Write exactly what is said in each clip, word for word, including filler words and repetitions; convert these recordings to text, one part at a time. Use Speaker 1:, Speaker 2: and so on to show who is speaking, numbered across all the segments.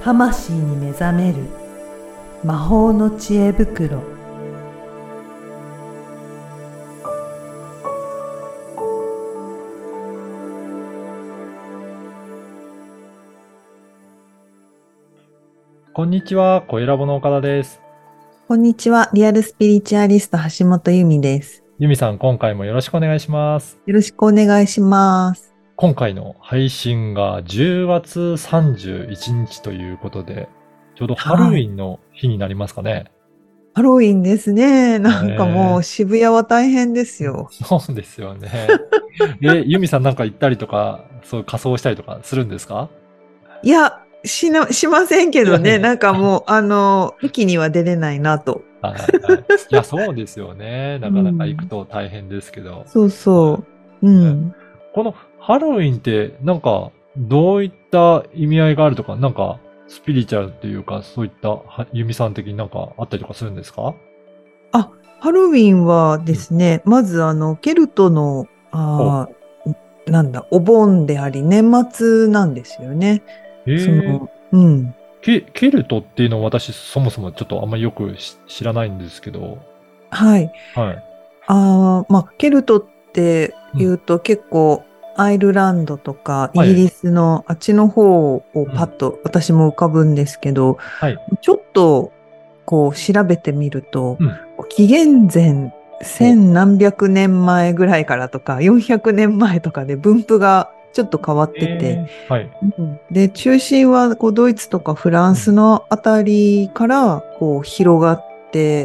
Speaker 1: 魂に目覚める魔法の知恵袋。
Speaker 2: こんにちは、声ラボの岡田です。
Speaker 1: こんにちは、リアルスピリチュアリスト橋本由美です。
Speaker 2: 由美さん、今回もよろしくお願いします。
Speaker 1: よろしくお願いします。
Speaker 2: 今回の配信がじゅうがつさんじゅういちにちということで、ちょうどハロウィンの日になりますかね。
Speaker 1: ハロウィンですね。なんかもう
Speaker 2: ね
Speaker 1: 渋谷は大変ですよ。
Speaker 2: そうですよね。え、由美さんなんか行ったりとか、そういう仮装したりとかするんですか？
Speaker 1: いや、しな、しませんけどね。
Speaker 2: いやいや
Speaker 1: なんかもう、あの、駅には出れないなと。
Speaker 2: はいはい。いや、そうですよね。な
Speaker 1: う
Speaker 2: かなか行く
Speaker 1: ん。
Speaker 2: と大変ですけど。
Speaker 1: そう
Speaker 2: は
Speaker 1: そう。う
Speaker 2: いね、
Speaker 1: ん。
Speaker 2: このハロウィンってなんかどういった意味合いがあるとか、なんかスピリチュアルっていうか、そういったはユミさん的になんかあったりとかするんですか？
Speaker 1: あ、ハロウィンはで
Speaker 2: うん。
Speaker 1: すね、まずあの、ケルトの、
Speaker 2: ほ
Speaker 1: あー、なんだ、お盆であり、年末なんですよね。
Speaker 2: う。ええ、
Speaker 1: その、うん。
Speaker 2: ケ、ケルトっていうのを私そもそもちょっとあんまりよくし知らないんですけど。
Speaker 1: はい。
Speaker 2: はい。
Speaker 1: ああ、まあ、ケルトって
Speaker 2: うん。
Speaker 1: 言うと結構アイルランドとかイ
Speaker 2: はい。
Speaker 1: ギリスのあっちの方を
Speaker 2: うん。
Speaker 1: パッと私も浮かぶんですけど、
Speaker 2: はい。
Speaker 1: ちょっとこう調べてみると、
Speaker 2: うん。
Speaker 1: 紀元前
Speaker 2: ほう。
Speaker 1: 千何百年前ぐらいからとかよんひゃくねんまえとかで分布がちょっと変わってて、
Speaker 2: ええ、はい。
Speaker 1: うん、で、中心はこうドイツとかフランス
Speaker 2: うん。
Speaker 1: のあたりからこう広がって、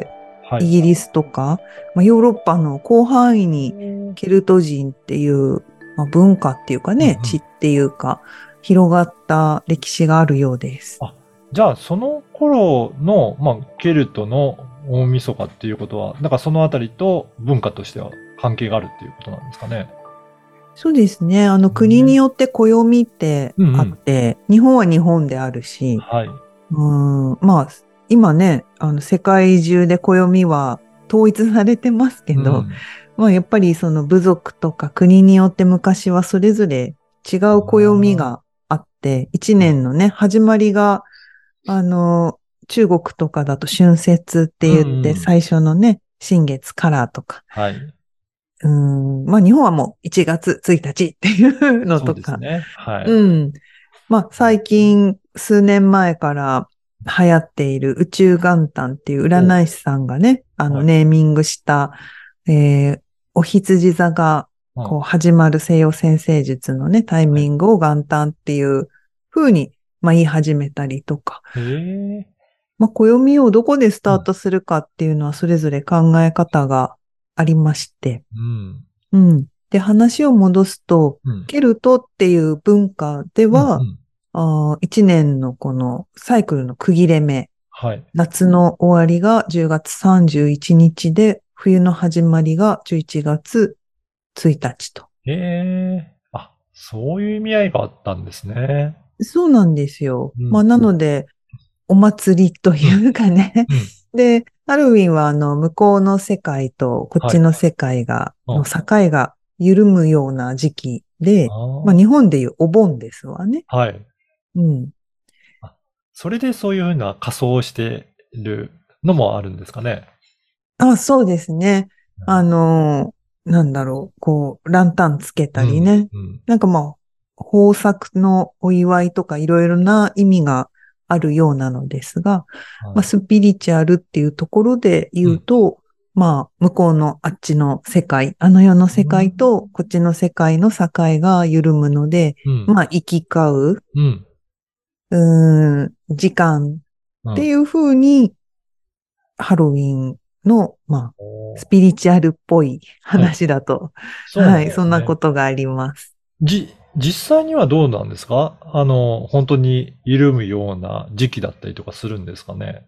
Speaker 2: はい。
Speaker 1: イギリスとか、まあ、ヨーロッパの広範囲にケルト人っていう、まあ、文化っていうかね、地
Speaker 2: うんうん。
Speaker 1: っていうか、広がった歴史があるようです。
Speaker 2: あ、じゃあ、その頃の、まあ、ケルトの大晦日っていうことは、なんかそのあたりと文化としては関係があるっていうことなんですかね。
Speaker 1: そうですね。あの国に
Speaker 2: ね。
Speaker 1: よって暦ってあ
Speaker 2: うんうん。
Speaker 1: って、日本は日本であるし、
Speaker 2: はい。
Speaker 1: うーん、まあ、今ね、あの世界中で暦は統一されてますけど、
Speaker 2: うん。
Speaker 1: まあやっぱりその部族とか国によって昔はそれぞれ違
Speaker 2: あ
Speaker 1: う暦
Speaker 2: あ。
Speaker 1: があって、一
Speaker 2: うん。
Speaker 1: 年のね、始まりが、あの、中国とかだと春節って
Speaker 2: うん
Speaker 1: 言って
Speaker 2: うん。
Speaker 1: 最初のね、新月カラーとか、
Speaker 2: はい。
Speaker 1: うーん、まあ日本はもういちがつついたちっていうの
Speaker 2: そう
Speaker 1: とか、
Speaker 2: ですね。はい。
Speaker 1: うん。まあ最近数年前から流行っている宇宙元旦っていう
Speaker 2: お、
Speaker 1: 占い師さんがね、あの
Speaker 2: はい。
Speaker 1: ネーミングした、えー、お羊座が
Speaker 2: うん。
Speaker 1: こう始まる西洋占星術のね、タイ
Speaker 2: はい。
Speaker 1: ミングを元旦っていう風に、まあ、言い始めたりとか、
Speaker 2: へえ。
Speaker 1: まあ、暦をどこでス
Speaker 2: うん。
Speaker 1: タートするかっていうのはそれぞれ考え方がありまして、
Speaker 2: うん。
Speaker 1: うん。で、話を戻すと、
Speaker 2: うん。
Speaker 1: ケルトっていう文化で
Speaker 2: うん。う
Speaker 1: は、
Speaker 2: ん。
Speaker 1: あー一年のこのサイクルの区切れ目、
Speaker 2: はい。
Speaker 1: 夏の終わりがじゅうがつさんじゅういちにちで、冬の始まりがじゅういちがつついたちと。
Speaker 2: へえ。あ、そういう意味合いがあったんですね。
Speaker 1: そうなんですよ。
Speaker 2: うん。
Speaker 1: まあ、なので、お祭りと
Speaker 2: うん。
Speaker 1: いうかね。
Speaker 2: うん。
Speaker 1: で、ハロウィンはあの、向こうの世界とこっ
Speaker 2: はい。
Speaker 1: ちの世界が、の
Speaker 2: うん。
Speaker 1: 境が緩むような時期で、まあ、日
Speaker 2: あ
Speaker 1: 本でいうお盆ですわね。
Speaker 2: あ。はい。
Speaker 1: うん。
Speaker 2: あ、それでそういうふうな仮装をしてるのもあるんですかね。
Speaker 1: あ、そうですね。あの、なんだろう、こう、ランタンつけ
Speaker 2: うん、
Speaker 1: たりね。
Speaker 2: うん。
Speaker 1: なんかまあ、豊作のお祝いとかいろいろな意味があるようなのですが、まあ、
Speaker 2: はい。
Speaker 1: スピリチュアルっていうところで
Speaker 2: うん。
Speaker 1: 言うと、まあ、向こうのあっちの世界、あの世の世
Speaker 2: うん。
Speaker 1: 界とこっちの世界の境が緩むので、
Speaker 2: うん。
Speaker 1: まあ、行き交う、
Speaker 2: うん。
Speaker 1: うーん、時間っていうふうにハロウィンの、まあ、ス
Speaker 2: おー、
Speaker 1: ピリチュアルっぽい
Speaker 2: はい。
Speaker 1: 話だと、
Speaker 2: そうなん
Speaker 1: はい、そんな
Speaker 2: ですね。
Speaker 1: ことがあります。
Speaker 2: じ、実際にはどうなんですか？あの、本当に緩むような時期だったりとかするんですかね？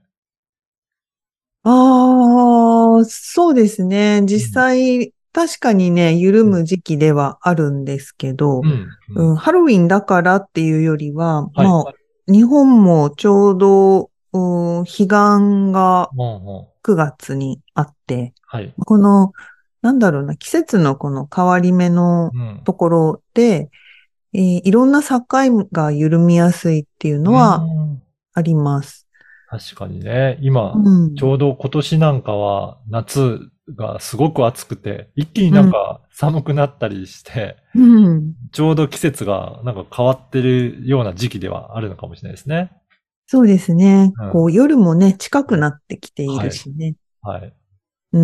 Speaker 1: ああ、そうですね。実
Speaker 2: うん。
Speaker 1: 際、確かにね、緩
Speaker 2: うん。
Speaker 1: む時期ではあるんですけど、
Speaker 2: うん。うん。
Speaker 1: うん、ハロウィンだからっていうよりは、
Speaker 2: はい。
Speaker 1: まあ、日本もちょうど、うん、彼岸が
Speaker 2: うん、うん。
Speaker 1: くがつにあって、
Speaker 2: はい。
Speaker 1: この、なんだろうな、季節のこの変わり目の
Speaker 2: うん。
Speaker 1: ところで、えーいろんな境が緩みやすいっていう
Speaker 2: うー
Speaker 1: のは、
Speaker 2: ん。
Speaker 1: あります。
Speaker 2: 確かにね、今、
Speaker 1: うん。
Speaker 2: ちょうど今年なんかは夏がすごく暑くて、一気に
Speaker 1: うん。
Speaker 2: なんか寒くなったりして、
Speaker 1: うん。
Speaker 2: ちょうど季節がなんか変わってるような時期ではあるのかもしれないですね。
Speaker 1: そうですね。
Speaker 2: うん。
Speaker 1: こう、夜もね、近く
Speaker 2: はい。
Speaker 1: なってきてい
Speaker 2: はい。
Speaker 1: るしね。
Speaker 2: はい。
Speaker 1: うん。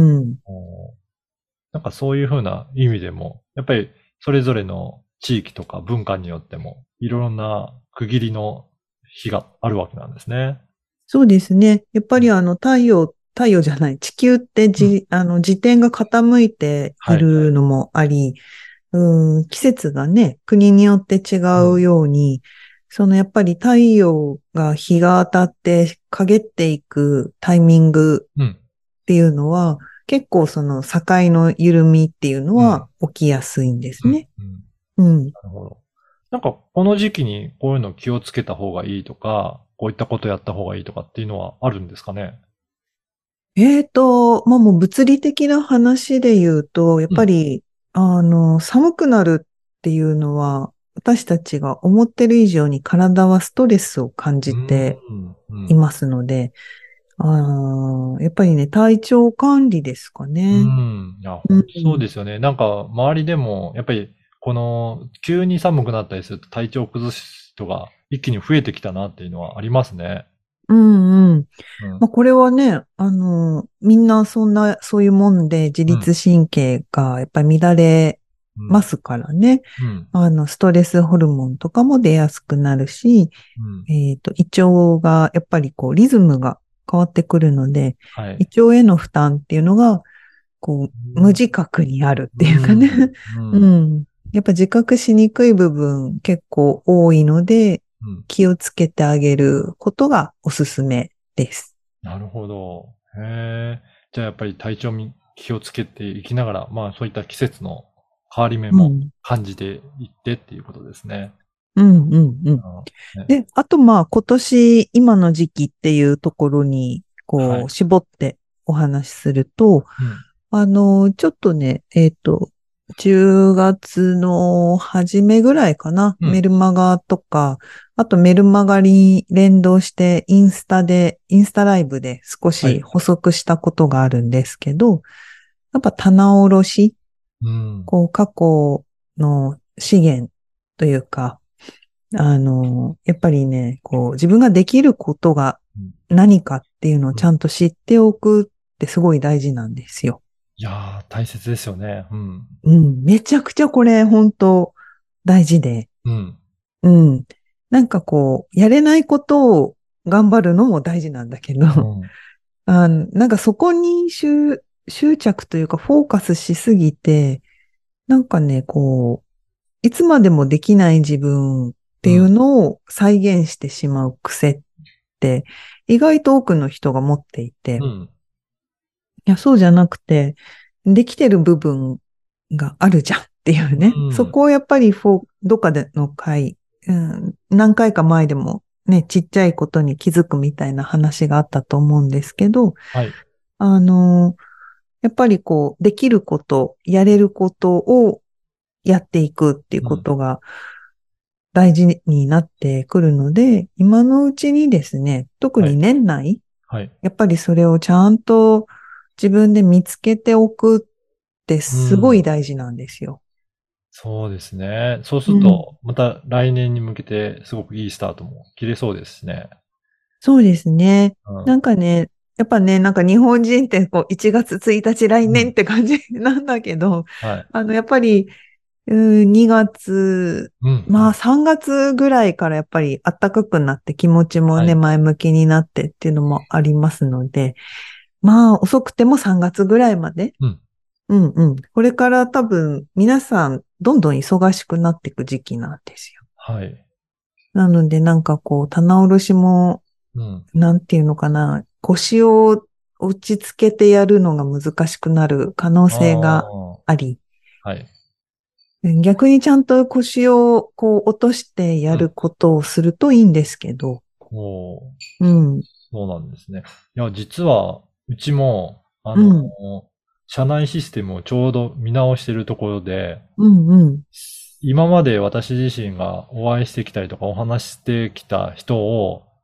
Speaker 2: おーなんかそういうふうな意味でも、やっぱりそれぞれの地域とか文化によっても、いろんな区切りの日があるわけなんですね。
Speaker 1: そうですね。やっぱ
Speaker 2: うん。
Speaker 1: りあの、太陽、太陽じゃない、地球って
Speaker 2: うん
Speaker 1: じ、あの、自転が傾いてい
Speaker 2: はい。
Speaker 1: るのもあり、うん、季節がね、国によって違う
Speaker 2: うん。
Speaker 1: ように、そのやっぱり太陽が日が当たって陰っていくタイミング
Speaker 2: うん。
Speaker 1: っていうのは、結構その境の緩みっていうの
Speaker 2: うん。
Speaker 1: は起きやすいんです
Speaker 2: うん。
Speaker 1: ね。
Speaker 2: うん。
Speaker 1: うん。
Speaker 2: なるほど。なんかこの時期にこういうの気をつけた方がいいとか、こういったことやった方がいいとかっていうのはあるんですかね？
Speaker 1: えーと、まあもう物理的な話で言うと、やっ
Speaker 2: うん。
Speaker 1: ぱり、あの、寒くなるっていうのは、私たちが思ってる以上に体はストレスを感
Speaker 2: うー
Speaker 1: じて
Speaker 2: ん。うん。
Speaker 1: いますので、あーやっぱりね、体調管理ですか
Speaker 2: う
Speaker 1: ね。
Speaker 2: ん。いや、
Speaker 1: う
Speaker 2: 本当そうで
Speaker 1: ん。
Speaker 2: すよね。なんか、周りでも、やっぱり、この、急に寒くなったりすると体調を崩す人が一気に増えてきたなっていうのはありますね。
Speaker 1: うんうん。
Speaker 2: うん。
Speaker 1: まあ、これはね、あの、みんなそんな、そういうもんで自
Speaker 2: うん。
Speaker 1: 律神経がやっぱり乱れ
Speaker 2: うん。
Speaker 1: ますからね。
Speaker 2: うん。
Speaker 1: あの、ストレスホルモンとかも出やすくなるし、
Speaker 2: うん。
Speaker 1: えっと、胃腸がやっぱりこうリズムが変わってくるので、
Speaker 2: はい。
Speaker 1: 胃腸への負担っていうのが、こう、無自覚にあるっていうか
Speaker 2: うん。
Speaker 1: ね。
Speaker 2: う
Speaker 1: う
Speaker 2: ん。
Speaker 1: ん。やっぱ自覚しにくい部分結構多いので、
Speaker 2: うん。
Speaker 1: 気をつけてあげることがおすすめです。
Speaker 2: なるほど。へえ。じゃあやっぱり体調に気をつけていきながら、まあそういった季節の変わり目も
Speaker 1: うん。
Speaker 2: 感じていってっていうことですね。
Speaker 1: うん、うん、うん。
Speaker 2: あね、
Speaker 1: で、あとまあ今年、今の時期っていうところに、こう、
Speaker 2: はい。
Speaker 1: 絞ってお話しすると、
Speaker 2: うん。
Speaker 1: あの、ちょっとね、えっと、じゅうがつの初めぐらいかな、
Speaker 2: うん。
Speaker 1: メルマガとか、あとメルマガに連動してインスタで、インスタライブで少
Speaker 2: はい。
Speaker 1: し補足したことがあるんですけど、やっぱ棚卸し、
Speaker 2: うん。
Speaker 1: こう過去の資源というか、あの、やっぱりね、こう自分ができることが
Speaker 2: うん。
Speaker 1: 何かっていうのを
Speaker 2: うん。
Speaker 1: ちゃんと知っておくってすごい大事なんですよ。
Speaker 2: いやー、大切ですよね。うん。
Speaker 1: うん、めちゃくちゃこれ本当大事で、
Speaker 2: うん。
Speaker 1: うん。なんかこう、やれないことを頑張るのも大事なんだけど、
Speaker 2: うん。
Speaker 1: あのなんかそこに執、執着というかフォーカスしすぎて、なんかね、こう、いつまでもできない自分っていう
Speaker 2: うん。
Speaker 1: のを再現してしまう癖って意外と多くの人が持っていて、
Speaker 2: うん。
Speaker 1: いや、そうじゃなくて、できてる部分があるじゃんっていう
Speaker 2: う
Speaker 1: ね。そ
Speaker 2: ん。
Speaker 1: こをやっぱりフォーどっかでの回、うん、何回か前でもね、ちっちゃいことに気づくみたいな話があったと思うんですけど、
Speaker 2: はい。
Speaker 1: あの、やっぱりこう、できること、やれることをやっていくっていう
Speaker 2: うん。
Speaker 1: ことが大事になってくるので、今のうちにですね、特に
Speaker 2: はい。
Speaker 1: 年内、
Speaker 2: はい。
Speaker 1: やっぱりそれをちゃんと自分で見つけておくってすごい
Speaker 2: うん。
Speaker 1: 大事なんですよ。
Speaker 2: そうですね。そうす
Speaker 1: うん。
Speaker 2: ると、また来年に向けてすごくいいスタートも切れそうですしね。
Speaker 1: そうですね。
Speaker 2: うん。
Speaker 1: なんかね、やっぱね、なんか日本人ってこういちがつついたち来
Speaker 2: うん。
Speaker 1: 年って感じなんだけど、
Speaker 2: はい。
Speaker 1: あの、やっぱり、うん、にがつ、
Speaker 2: うん。うん。
Speaker 1: まあさんがつぐらいからやっぱり暖かくなって気持ちもね、
Speaker 2: はい。
Speaker 1: 前向きになってっていうのもありますので、まあ遅くてもさんがつぐらいまで、
Speaker 2: うん。
Speaker 1: うんうん。これから多分皆さんどんどん忙しくなっていく時期なんですよ。
Speaker 2: はい。
Speaker 1: なのでなんかこう棚卸しも、
Speaker 2: うん。
Speaker 1: なんていうのかな、腰を落ち着けてやるのが難しくなる可能
Speaker 2: あ
Speaker 1: 性が
Speaker 2: あ。
Speaker 1: あり、
Speaker 2: はい。
Speaker 1: 逆にちゃんと腰をこう落としてや
Speaker 2: うん。
Speaker 1: ることをするといいんですけど、
Speaker 2: おー、
Speaker 1: うん、
Speaker 2: そうなんですね。いや、実は、うちも、あの、
Speaker 1: うん、
Speaker 2: 社内システムをちょうど見直しているところで、
Speaker 1: うん、うん、
Speaker 2: 今まで私自身がお会いしてきたりとかお話ししてきた人を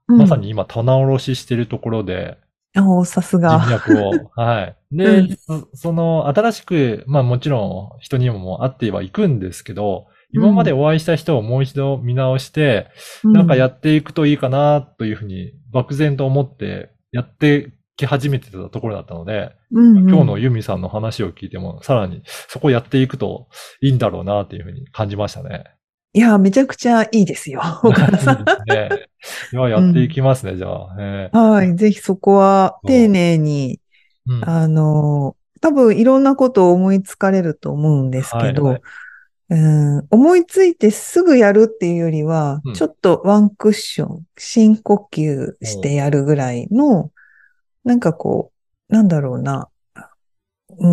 Speaker 2: まさ
Speaker 1: うん。
Speaker 2: に今棚卸ししてるところで、
Speaker 1: おー、さす
Speaker 2: 人
Speaker 1: が。
Speaker 2: 脈を。はい。
Speaker 1: う
Speaker 2: で、
Speaker 1: ん。
Speaker 2: そその、新しく、まあもちろん人にも会ってはいくんですけど、今まで
Speaker 1: うん。
Speaker 2: お会いした人をもう一度見直して、
Speaker 1: うん。
Speaker 2: なんかやっていくといいかなというふうに漠然と思ってやってき始めてたところだったので、
Speaker 1: うん。うん。
Speaker 2: 今日のユミさんの話を聞いても、さらにそこやっていくといいんだろうなというふうに感じましたね。
Speaker 1: いや、めちゃくちゃいいですよ、岡田
Speaker 2: いい
Speaker 1: さん。
Speaker 2: ですね。いや、やってい
Speaker 1: うん。
Speaker 2: きますね、じゃあ。え
Speaker 1: はい。ぜひそこは
Speaker 2: ー、
Speaker 1: 丁
Speaker 2: そ
Speaker 1: 寧に、
Speaker 2: う。うん。
Speaker 1: あの、多分いろんなことを思いつかれると思うんです
Speaker 2: はい、は
Speaker 1: けど、
Speaker 2: い。
Speaker 1: うん、思いついてすぐやるっていうよりは、
Speaker 2: うん。
Speaker 1: ちょっとワンクッション、深呼吸して
Speaker 2: も
Speaker 1: やるぐらいの、なんかこう、なんだろうな、うん、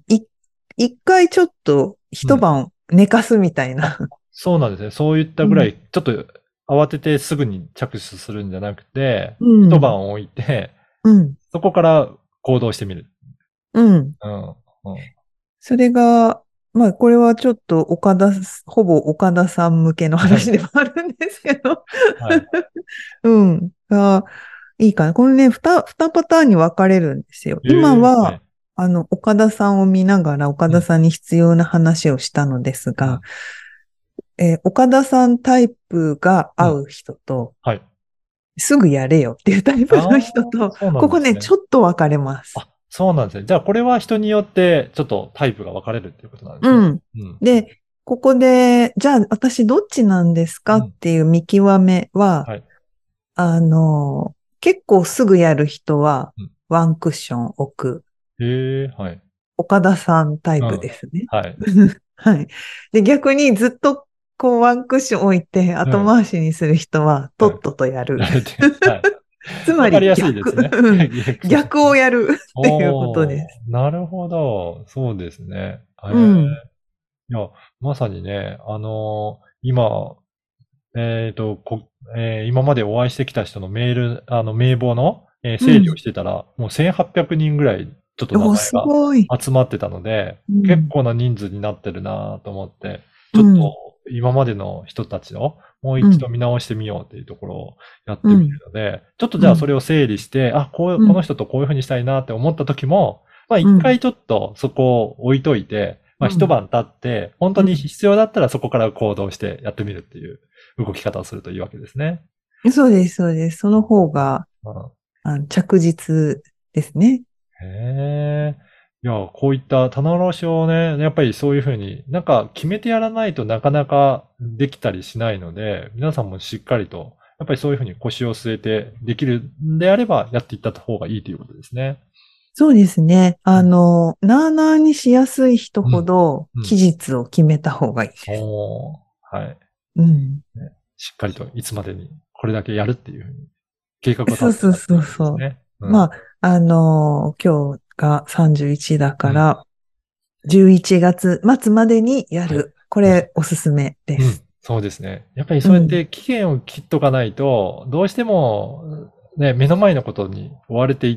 Speaker 1: い、一回ちょっと
Speaker 2: う、うん。
Speaker 1: 一晩寝かすみたい
Speaker 2: あ、
Speaker 1: な。
Speaker 2: そうなんですね。そういった
Speaker 1: うん、
Speaker 2: ぐらい、ちょっと慌ててすぐに着手するんじゃなくて、
Speaker 1: うん、
Speaker 2: 一晩置いて、
Speaker 1: うん、
Speaker 2: そこから行動してみる。
Speaker 1: うん。
Speaker 2: うん。うん。
Speaker 1: それが、まあ、これはちょっと岡田、ほぼ岡田さん向けの
Speaker 2: はい。
Speaker 1: 話でもあるんですけど、
Speaker 2: はい。
Speaker 1: うん、が、いいかな。このね、二、二パターンに分かれるんですよ。
Speaker 2: ええ、は
Speaker 1: 今は、
Speaker 2: い。
Speaker 1: あの、岡田さんを見ながら、岡
Speaker 2: うん。
Speaker 1: 田さんに必要な話をしたのですが、
Speaker 2: うん。
Speaker 1: えー岡田さんタイプが
Speaker 2: うん。
Speaker 1: 合う人と、
Speaker 2: はい。
Speaker 1: すぐやれよっていうタイプ
Speaker 2: ああ、
Speaker 1: の人と、
Speaker 2: そうなん
Speaker 1: ここね、
Speaker 2: ですね。
Speaker 1: ちょっと分かれます。
Speaker 2: あ、そうなんですね。じゃあ、これは人によって、ちょっとタイプが分かれるっていうことなんですね。
Speaker 1: うん。
Speaker 2: うん。
Speaker 1: で、ここで、じゃあ私どっちなんですかっ
Speaker 2: うん。
Speaker 1: ていう見極めは、
Speaker 2: はい。
Speaker 1: あの、結構すぐやる人は、
Speaker 2: うん。
Speaker 1: ワンクッション置く。
Speaker 2: ええ、はい。
Speaker 1: 岡田さんタイプ
Speaker 2: うん。
Speaker 1: ですね。
Speaker 2: はい。
Speaker 1: はい。で、逆にずっとこうワンクッション置いて後
Speaker 2: うん。
Speaker 1: 回しにする人は、と
Speaker 2: はい。
Speaker 1: っととやる。
Speaker 2: やれて、はい。
Speaker 1: つま
Speaker 2: わかりやすいで
Speaker 1: り逆、
Speaker 2: すね。
Speaker 1: うん、
Speaker 2: 逆。
Speaker 1: 逆をやるっていうことです。
Speaker 2: おー、なるほど。そうですね。え
Speaker 1: う
Speaker 2: ー、
Speaker 1: ん。
Speaker 2: いや、まさにね、あのー今、えっと、こ、えー今までお会いしてきた人のメール、あの、名簿の、えー整理を
Speaker 1: うん。
Speaker 2: してたら、もうせんはっぴゃくにんぐらい、ちょっと名
Speaker 1: お、す
Speaker 2: 前が
Speaker 1: ごい。
Speaker 2: 集まってたので、結
Speaker 1: うん。
Speaker 2: 構な人数になってるなと思って、ちょっと
Speaker 1: うん。
Speaker 2: 今までの人たちをもう
Speaker 1: うん。
Speaker 2: 一度見直してみようっていうところをやってみる
Speaker 1: うん。
Speaker 2: ので、ちょっとじゃあそ
Speaker 1: うん。
Speaker 2: れを整理して、あ、こう、
Speaker 1: うん。
Speaker 2: この人とこういうふうにしたいなって思った時も、まあ
Speaker 1: うん。
Speaker 2: 一回ちょっとそこを置いといて、まあ
Speaker 1: うん。
Speaker 2: 一晩経って、本当に必要だったらそこから行動してやってみるっていう動き方をするといいわけですね。
Speaker 1: そうです、そうです。その方が、
Speaker 2: うん。
Speaker 1: あの着実ですね。
Speaker 2: へえ。いや、こういった棚卸しをね、やっぱりそういうふうに、なんか決めてやらないとなかなかできたりしないので、皆さんもしっかりと、やっぱりそういうふうに腰を据えてできるんであれば、やっていった方がいいということですね。
Speaker 1: そうですね。
Speaker 2: うん。
Speaker 1: あの、なあなあにしやすい人
Speaker 2: うん。
Speaker 1: ほど
Speaker 2: うん。
Speaker 1: 期日を決めた方がいいです。
Speaker 2: おー、はい。
Speaker 1: うん。
Speaker 2: ね、しっかりといつまでにこれだけやるっていうふうに、計画を立てて
Speaker 1: そうそう
Speaker 2: やっていくわけで
Speaker 1: そうそう。
Speaker 2: すね。うん。
Speaker 1: まあ、あの、今日がさんじゅういちだ
Speaker 2: うん。
Speaker 1: から、じゅういちがつ末までにや
Speaker 2: はい。
Speaker 1: る。これおすすめで
Speaker 2: うん、
Speaker 1: す。
Speaker 2: そうですね。やっぱり
Speaker 1: うん。
Speaker 2: そうやって期限を切っとかないと、どうしても、ね、目の前のことに追われていって、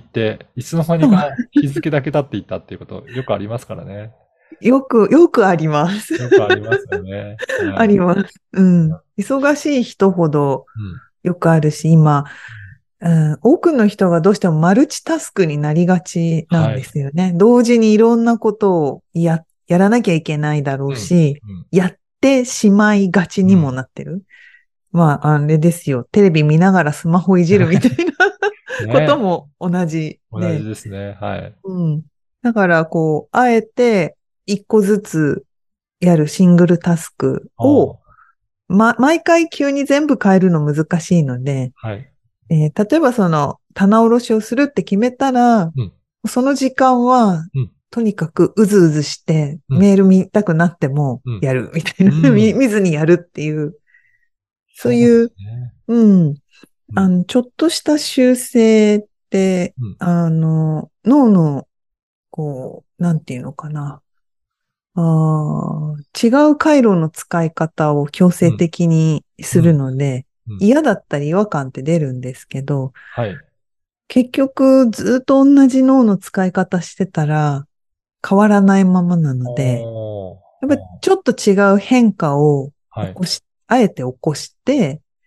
Speaker 2: いつの間にか日付だけ経っていったっていうことよくありますからね。
Speaker 1: よく、よくあります。
Speaker 2: よくありますよね。
Speaker 1: あ
Speaker 2: はい。
Speaker 1: ります。うん。忙しい人ほど
Speaker 2: うん。
Speaker 1: よくあるし、今、うん、多くの人がどうしてもマルチタスクになりがちなんで
Speaker 2: はい。
Speaker 1: すよね。同時にいろんなことをや、やらなきゃいけないだろ
Speaker 2: うん。
Speaker 1: うし、
Speaker 2: うん。
Speaker 1: やってしまいがちにも
Speaker 2: うん。
Speaker 1: なってる。まあ、あれですよ。テレビ見ながらスマホいじるみたいなこと
Speaker 2: ね。
Speaker 1: も同じ
Speaker 2: 同じ
Speaker 1: で。
Speaker 2: ですね。はい。
Speaker 1: うん。だから、こう、あえて一個ずつやるシングルタスク
Speaker 2: あ
Speaker 1: を、
Speaker 2: あ。
Speaker 1: ま、毎回急に全部変えるの難しいので、
Speaker 2: はい。
Speaker 1: えー例えばその棚卸しをするって決めたら、
Speaker 2: うん。
Speaker 1: その時間は、
Speaker 2: うん。
Speaker 1: とにかくうずうずして
Speaker 2: うん。
Speaker 1: メール見たくなっても
Speaker 2: うん。
Speaker 1: やるみたいな。
Speaker 2: う
Speaker 1: 見
Speaker 2: ん。
Speaker 1: 見ずにやるっていう、そう
Speaker 2: そうで
Speaker 1: いう、
Speaker 2: すね。
Speaker 1: うん、
Speaker 2: うん。
Speaker 1: あの、ちょっとした修正って、
Speaker 2: うん。
Speaker 1: あの、脳の、こう、なんていうのかな。あー違う回路の使い方を強制
Speaker 2: うん。
Speaker 1: 的にする
Speaker 2: うん。
Speaker 1: ので、
Speaker 2: うん。
Speaker 1: 嫌だったり違和感って出るんですけど、
Speaker 2: はい。
Speaker 1: 結局ずっと同じ脳の使い方してたら変わらないままなので、
Speaker 2: おー。
Speaker 1: やっぱ
Speaker 2: おー、
Speaker 1: ちょっと違う変化を
Speaker 2: はい。
Speaker 1: 起こし、あえて起こして、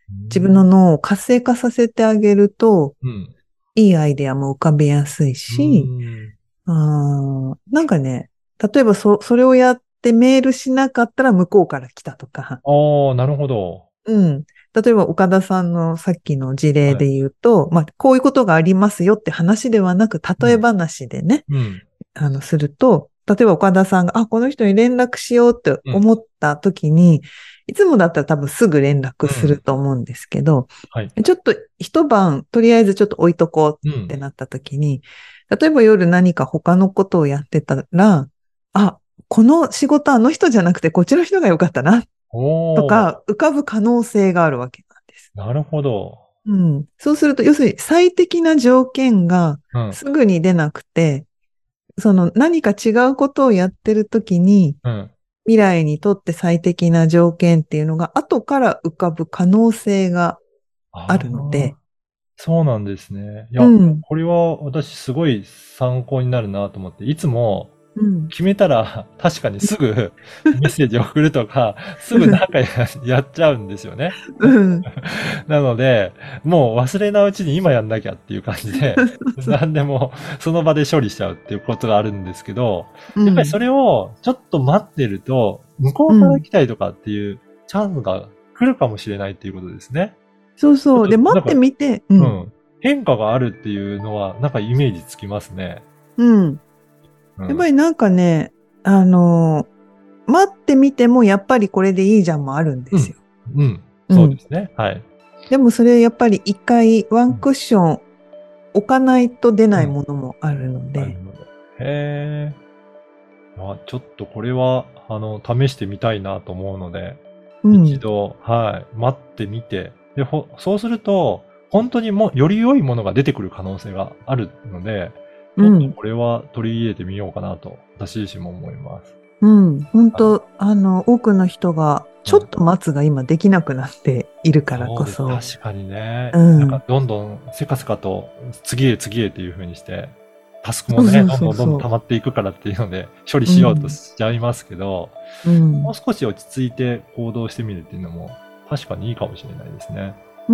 Speaker 1: 自分の脳を活性化させてあげると、
Speaker 2: うん。
Speaker 1: いいアイデアも浮かべやすいし、
Speaker 2: うん。
Speaker 1: あーなんかね、例えばそ、それをやってメールしなかったら向こうから来たとか、
Speaker 2: ああ、なるほど。
Speaker 1: うん。例えば岡田さんのさっきの事例
Speaker 2: はい。
Speaker 1: で言うと、まあ、こういうことがありますよって話ではなく、例え
Speaker 2: うん。
Speaker 1: 話でね、
Speaker 2: うん。
Speaker 1: あの、すると、例えば岡田さんが、あ、この人に連絡しようって
Speaker 2: うん。
Speaker 1: 思った時に、いつもだったら多分すぐ連絡する
Speaker 2: うん。
Speaker 1: と思うんですけど、
Speaker 2: はい。
Speaker 1: ちょっと一晩、とりあえずちょっと置いとこうっ
Speaker 2: うん。
Speaker 1: てなった時に、例えば夜何か他のことをやってたら、あ、この仕事あの人じゃなくてこっちの人が良かったなと
Speaker 2: おー、
Speaker 1: か浮かぶ可能性があるわけなんです。
Speaker 2: なるほど。
Speaker 1: うん。そうすると、要するに最適な条件が
Speaker 2: うん。
Speaker 1: すぐに出なくて、その何か違うことをやってるときに、
Speaker 2: うん。
Speaker 1: 未来にとって最適な条件っていうのが後から浮かぶ可能性があ
Speaker 2: あ
Speaker 1: るので、
Speaker 2: あ、そうなんですね。いや、
Speaker 1: うん、
Speaker 2: これは私すごい参考になるなと思って、いつも
Speaker 1: うん、
Speaker 2: 決めたら確かにすぐメッセージを送るとか、すぐなんかややっちゃうんですよね。
Speaker 1: うん、
Speaker 2: なので、もう忘れないうちに今やんなきゃっていう感じで、
Speaker 1: そう、
Speaker 2: 何でもその場で処理しちゃうっていうことがあるんですけど、
Speaker 1: うん、
Speaker 2: やっぱりそれをちょっと待ってると、向こうから
Speaker 1: うん。
Speaker 2: 来たりとかっていうチャンスが来るかもしれないっていうことですね。ちょっ
Speaker 1: そうそう。で、待って
Speaker 2: となんか、
Speaker 1: みて、うん、
Speaker 2: うん、変化があるっていうのは、なんかイメージつきますね。
Speaker 1: うん。
Speaker 2: うん。
Speaker 1: やっぱりなんかね、あの、待ってみてもやっぱりこれでいいじゃんもあるんで
Speaker 2: うん。
Speaker 1: すよ。
Speaker 2: うん。
Speaker 1: うん。
Speaker 2: そうですね。はい。
Speaker 1: でもそれやっぱり一回ワン
Speaker 2: うん。
Speaker 1: クッション置かないと出ない
Speaker 2: うん。
Speaker 1: ものもあるので、
Speaker 2: なるほど。へえ。あ、ちょっとこれは、あの、試してみたいなと思うので、
Speaker 1: うん、
Speaker 2: 一度、はい、待ってみて、で、ほ、そうすると、本当にもう、より良いものが出てくる可能性があるので、ちょっと
Speaker 1: うん、
Speaker 2: これは取り入れてみようかなと、私自身も思います。
Speaker 1: うん。本
Speaker 2: はい。
Speaker 1: 当あの、多くの人がちょっ
Speaker 2: うん。
Speaker 1: と待つが今できなくなっているから
Speaker 2: そうです。
Speaker 1: こそ、
Speaker 2: 確かにね。
Speaker 1: う
Speaker 2: なんか、
Speaker 1: ん。
Speaker 2: どんどんせかせかと、次へ次へっていう風にして、タスクもね、
Speaker 1: そうそう
Speaker 2: どんどんどんどん
Speaker 1: そうそ
Speaker 2: 溜まっていくからっていうので、処理
Speaker 1: う。う
Speaker 2: しようと
Speaker 1: ん、
Speaker 2: しちゃいますけど、
Speaker 1: うん、
Speaker 2: もう少し落ち着いて行動してみるっていうのも、確かにいいかもしれないですね。
Speaker 1: うん。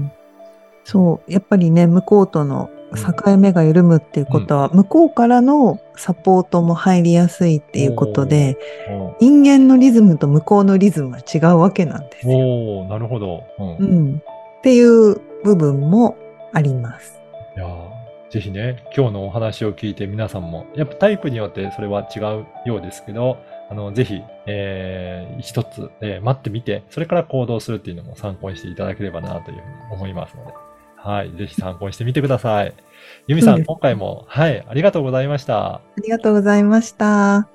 Speaker 1: そう。やっぱりね、向こうとの
Speaker 2: うん。
Speaker 1: 境目が緩むっていう
Speaker 2: うん。
Speaker 1: ことは、向こうからのサポートも入りやすいっていうこと
Speaker 2: おー。
Speaker 1: で、
Speaker 2: おー。
Speaker 1: 人間のリズムと向こうのリズムは違うわけなんですよ。
Speaker 2: おー、なるほど。うん。
Speaker 1: うん。っていう部分もあります。
Speaker 2: いやー、ぜひね、今日のお話を聞いて皆さんも、やっぱタイプによってそれは違うようですけど、あの、ぜひ、えー、一つ、えー待ってみて、それから行動するっていうのも参考にしていただければなというふうに思いますので、はい、ぜひ参考にしてみてください。ユミさん、
Speaker 1: そうですね。
Speaker 2: 今回も、はい、ありがとうございました。
Speaker 1: ありがとうございました。